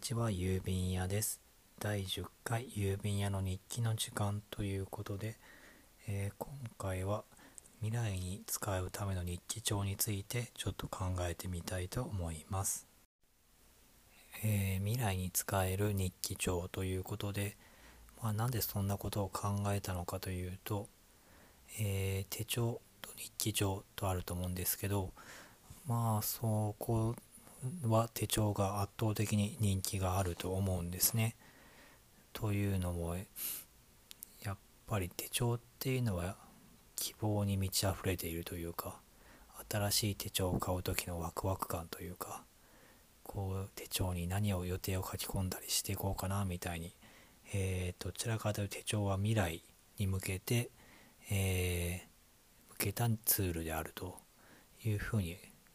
ちは、郵便屋です。第10回郵便屋の日記の時間ということで、今回は未来に使うための日記帳についてちょっと考えてみたいと思います。未来に使える日記帳ということで、なんでそんなことを考えたのかというと、手帳と日記帳とあると思うんですけど、そこは手帳が圧倒的に人気があると思うんですね。というのもやっぱり手帳っていうのは希望に満ち溢れているというか、新しい手帳を買う時のワクワク感というか、手帳に何を予定を書き込んだりしていこうかなみたいに、どちらかというと手帳は未来に向けて、向けたツールであるというふうに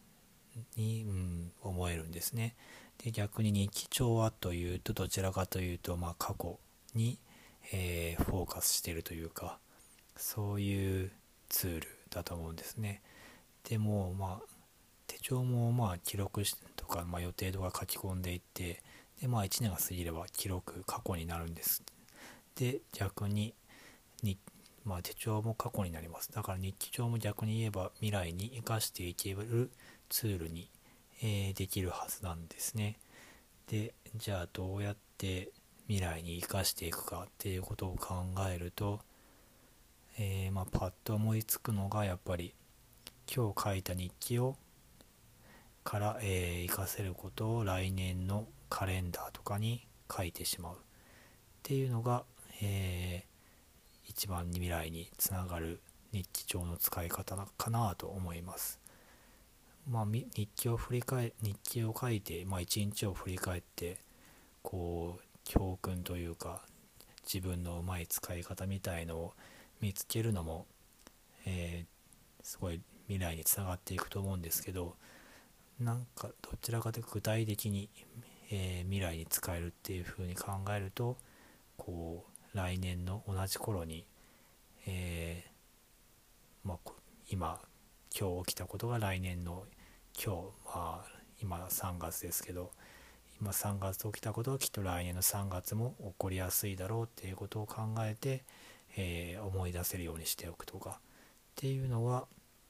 思えるんですね。で、逆に日記帳はというと、どちらかというと、過去に、フォーカスしているというか、そういうツールだと思うんですね。でも手帳も記録とか、予定とか書き込んでいって、で1年が過ぎれば過去になるんです。で逆に手帳も過去になります。だから日記帳も逆に言えば未来に生かしていけるツールに、できるはずなんですね。でじゃあどうやって未来に生かしていくかっていうことを考えると、パッと思いつくのがやっぱり今日書いた日記から、活かせることを来年のカレンダーとかに書いてしまうっていうのが、一番未来につながる日記帳の使い方かなと思います。日記を書いて、一日を振り返って教訓というか自分のうまい使い方みたいのを見つけるのも、すごい未来につながっていくと思うんですけど、どちらかというと具体的に、未来に使えるっていう風に考えると、来年の同じ頃に、えーまあ、今日起きたことが来年の今日、今3月ですけど、今3月起きたことはきっと来年の3月も起こりやすいだろうっていうことを考えて、思い出せるようにしておくとかっていうのは、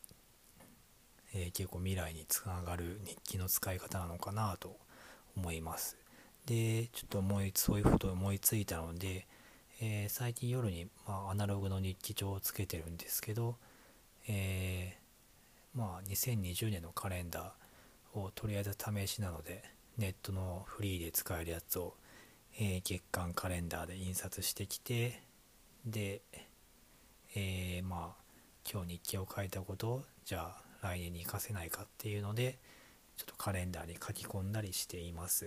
結構未来につながる日記の使い方なのかなと思います。でちょっとそういうことを思いついたので、最近夜に、アナログの日記帳をつけてるんですけど、2020年のカレンダーをとりあえず試しなのでネットのフリーで使えるやつを、月間カレンダーで印刷してきて、で、今日日記を書いたことをじゃあ来年に活かせないかっていうのでちょっとカレンダーに書き込んだりしています。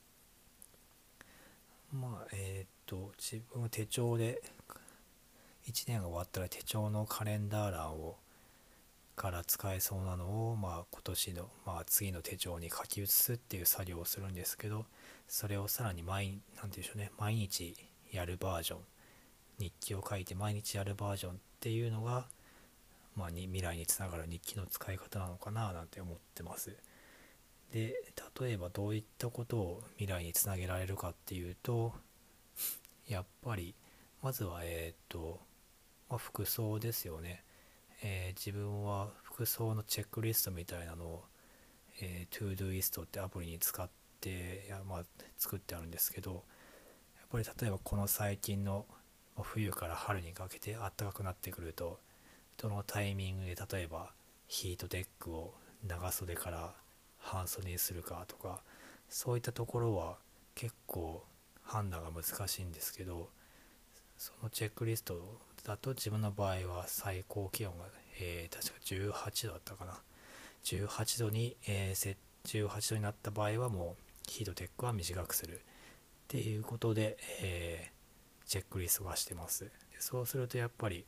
自分は手帳で1年が終わったら手帳のカレンダー欄から使えそうなのを、今年の、次の手帳に書き写すっていう作業をするんですけど、それをさらに毎日やるバージョン、日記を書いて毎日やるバージョンっていうのが、未来につながる日記の使い方なのかななんて思ってます。で例えばどういったことを未来につなげられるかっていうと、やっぱりまずは服装ですよね。自分は服装のチェックリストみたいなのを、ToDoist ってアプリに使って作ってあるんですけど、やっぱり例えばこの最近の冬から春にかけて暖かくなってくると、どのタイミングで例えばヒートテックを長袖から半袖にするかとか、そういったところは結構判断が難しいんですけど、そのチェックリストだと自分の場合は最高気温が、確か18度だったかな、18度に、18度になった場合はもうヒートテックは短くするっていうことで、チェックリストはしてます。でそうするとやっぱり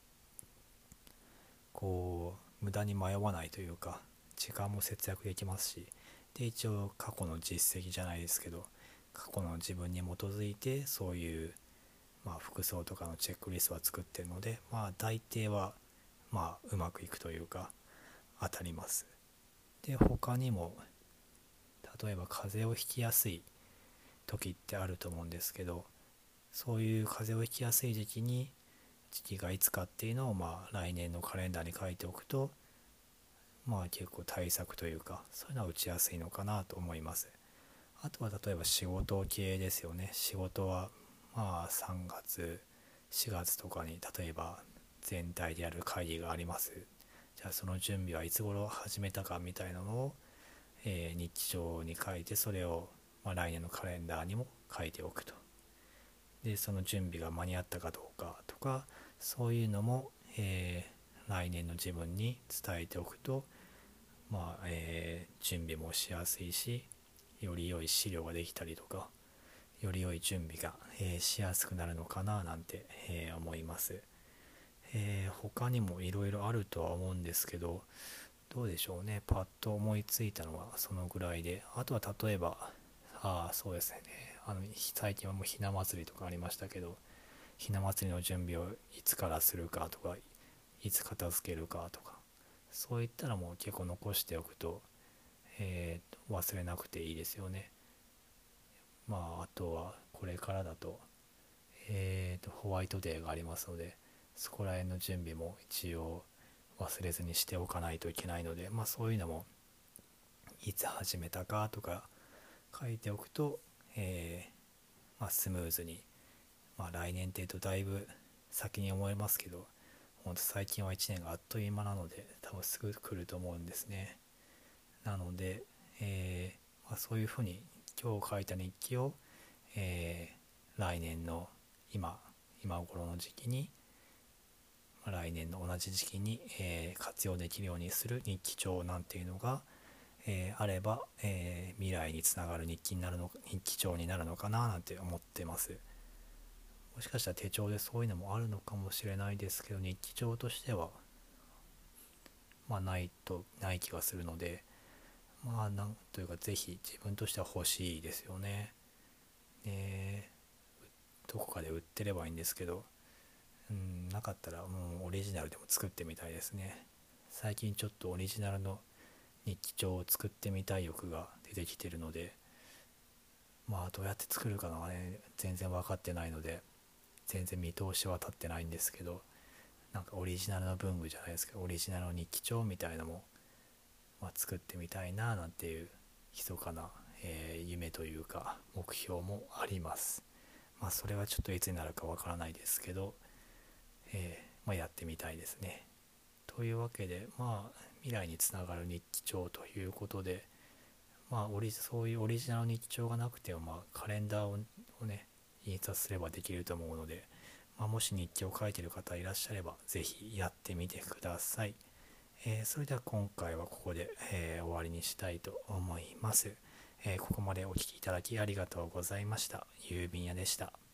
無駄に迷わないというか時間も節約できますし、で一応過去の実績じゃないですけど過去の自分に基づいてそういう、服装とかのチェックリストは作ってるので、大抵はうまくいくというか当たります。で他にも例えば風邪をひきやすい時ってあると思うんですけど、そういう風邪をひきやすい時期がいつかっていうのを来年のカレンダーに書いておくと、結構対策というかそういうのは打ちやすいのかなと思います。あとは例えば仕事系ですよね。仕事は3月4月とかに例えば全体でやる会議があります。じゃあその準備はいつ頃始めたかみたいなのを、日記帳に書いて、それを、来年のカレンダーにも書いておくと。でその準備が間に合ったかどうかとか、そういうのも、来年の自分に伝えておくと、準備もしやすいし、より良い資料ができたりとか、より良い準備が、しやすくなるのかななんて、思います。他にもいろいろあるとは思うんですけど、どうでしょうね。パッと思いついたのはそのぐらいで、あとは例えば、そうですね、最近はもうひな祭りとかありましたけど、ひな祭りの準備をいつからするかとか、いつ片付けるかとか、そういったらもう結構残しておくと、忘れなくていいですよね。あとはこれからだと、ホワイトデーがありますので、そこら辺の準備も一応忘れずにしておかないといけないので、そういうのもいつ始めたかとか書いておくと、スムーズに、来年っていうとだいぶ先に思いますけど、本当最近は1年があっという間なので、多分すぐ来ると思うんですね。なので、そういうふうに今日書いた日記を、来年の今頃の時期に、来年の同じ時期に、活用できるようにする日記帳なんていうのが、あれば、未来につながる日記帳になるのかななんて思ってます。もしかしたら手帳でそういうのもあるのかもしれないですけど、日記帳としてはない気がするので、なんというかぜひ自分としては欲しいですよね。どこかで売ってればいいんですけど、なかったらもうオリジナルでも作ってみたいですね。最近ちょっとオリジナルの日記帳を作ってみたい欲が出てきてるので、どうやって作るかがね全然分かってないので、全然見通しは立ってないんですけど、なんかオリジナルの文具じゃないですけど、オリジナルの日記帳みたいなのも、作ってみたいななんていう密かな、夢というか目標もあります。それはちょっといつになるかわからないですけど、やってみたいですね。というわけで、未来につながる日記帳ということで、そういうオリジナル日記帳がなくても、カレンダーをね印刷すればできると思うので、もし日記を書いている方いらっしゃればぜひやってみてください。それでは今回はここで、終わりにしたいと思います。ここまでお聞きいただきありがとうございました。郵便屋でした。